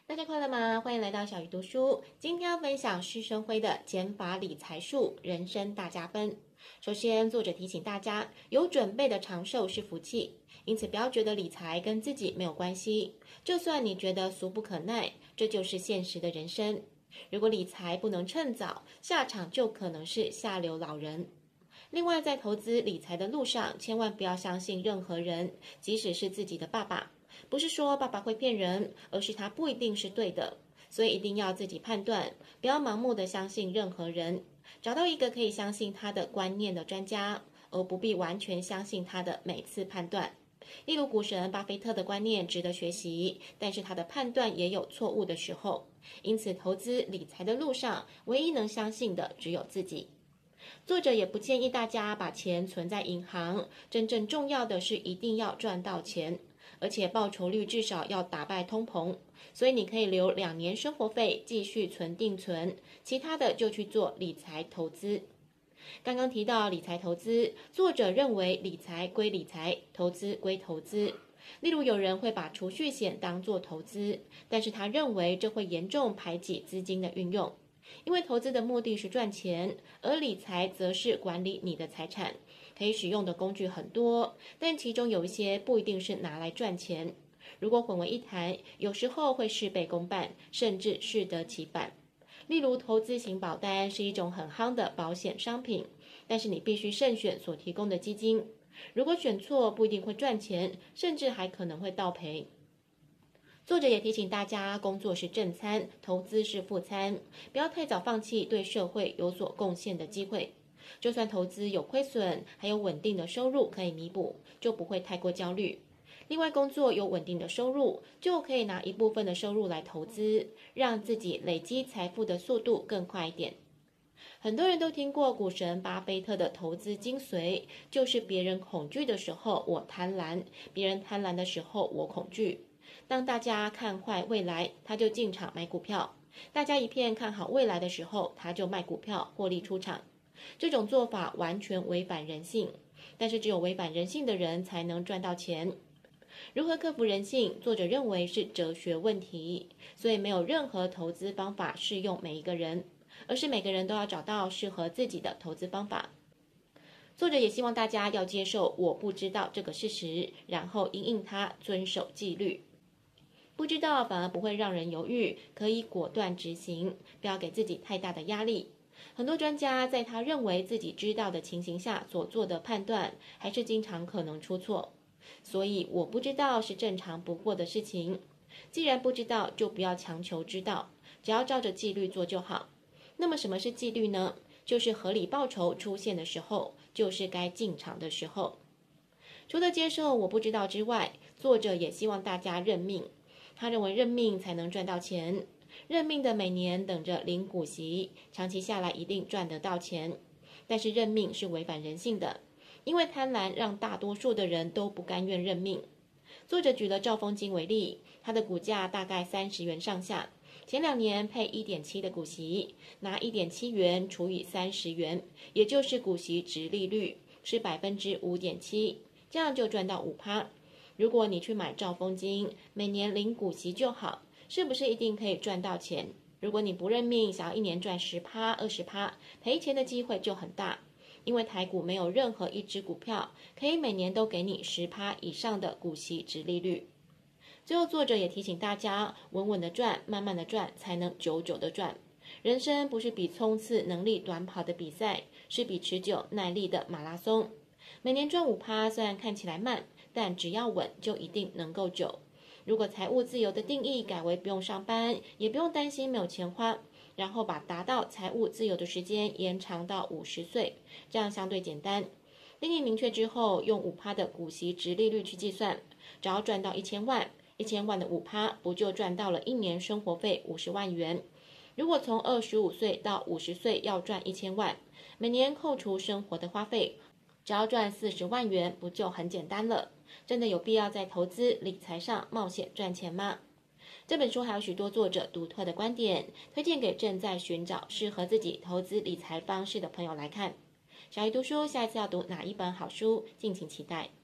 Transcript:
大家快乐吗？欢迎来到小鱼读书。今天要分享施生辉的减法理财术，人生大加分。首先，作者提醒大家，有准备的长寿是福气，因此不要觉得理财跟自己没有关系。就算你觉得俗不可耐，这就是现实的人生。如果理财不能趁早，下场就可能是下流老人。另外，在投资理财的路上，千万不要相信任何人，即使是自己的爸爸。不是说爸爸会骗人，而是他不一定是对的，所以一定要自己判断，不要盲目的相信任何人，找到一个可以相信他的观念的专家，而不必完全相信他的每次判断。例如股神巴菲特的观念值得学习，但是他的判断也有错误的时候，因此投资理财的路上，唯一能相信的只有自己。作者也不建议大家把钱存在银行，真正重要的是一定要赚到钱，而且报酬率至少要打败通膨，所以你可以留2年生活费继续存定存，其他的就去做理财投资。刚刚提到理财投资，作者认为理财归理财，投资归投资。例如有人会把储蓄险当作投资，但是他认为这会严重排挤资金的运用。因为投资的目的是赚钱，而理财则是管理你的财产，可以使用的工具很多，但其中有一些不一定是拿来赚钱。如果混为一谈，有时候会事倍功半，甚至适得其反。例如投资型保单是一种很夯的保险商品，但是你必须慎选所提供的基金，如果选错不一定会赚钱，甚至还可能会倒赔。作者也提醒大家，工作是正餐，投资是副餐，不要太早放弃对社会有所贡献的机会。就算投资有亏损，还有稳定的收入可以弥补，就不会太过焦虑。另外，工作有稳定的收入，就可以拿一部分的收入来投资，让自己累积财富的速度更快一点。很多人都听过股神巴菲特的投资精髓，就是别人恐惧的时候我贪婪，别人贪婪的时候我恐惧。当大家看坏未来，他就进场买股票；大家一片看好未来的时候，他就卖股票获利出场。这种做法完全违反人性，但是只有违反人性的人才能赚到钱。如何克服人性，作者认为是哲学问题，所以没有任何投资方法适用每一个人，而是每个人都要找到适合自己的投资方法。作者也希望大家要接受我不知道这个事实，然后因应它，遵守纪律。不知道反而不会让人犹豫，可以果断执行，不要给自己太大的压力。很多专家在他认为自己知道的情形下所做的判断，还是经常可能出错。所以我不知道是正常不过的事情。既然不知道，就不要强求知道，只要照着纪律做就好。那么什么是纪律呢？就是合理报酬出现的时候，就是该进场的时候。除了接受我不知道之外，作者也希望大家认命。他认为认命才能赚到钱，认命的每年等着领股息，长期下来一定赚得到钱。但是认命是违反人性的，因为贪婪让大多数的人都不甘愿认命。作者举了兆丰金为例，它的股价大概30元上下，前2年配 1.7 的股息，拿 1.7 元除以30元，也就是股息殖利率是 5.7%， 这样就赚到 5%。如果你去买兆丰金，每年领股息就好，是不是一定可以赚到钱？如果你不认命，想要一年赚10%、20%，赔钱的机会就很大，因为台股没有任何一只股票可以每年都给你10%以上的股息殖利率。最后，作者也提醒大家，稳稳的赚，慢慢的赚，才能久久的赚。人生不是比冲刺能力短跑的比赛，是比持久耐力的马拉松。每年赚5%，虽然看起来慢，但只要稳，就一定能够久。如果财务自由的定义改为不用上班，也不用担心没有钱花，然后把达到财务自由的时间延长到50岁，这样相对简单。定义明确之后，用5%的股息殖利率去计算，只要赚到1000万，1000万的5%，不就赚到了1年生活费50万元？如果从25岁到50岁要赚1000万，每年扣除生活的花费，只要赚40万元，不就很简单了？真的有必要在投资理财上冒险赚钱吗？这本书还有许多作者独特的观点，推荐给正在寻找适合自己投资理财方式的朋友来看。小鱼读书下一次要读哪一本好书，敬请期待。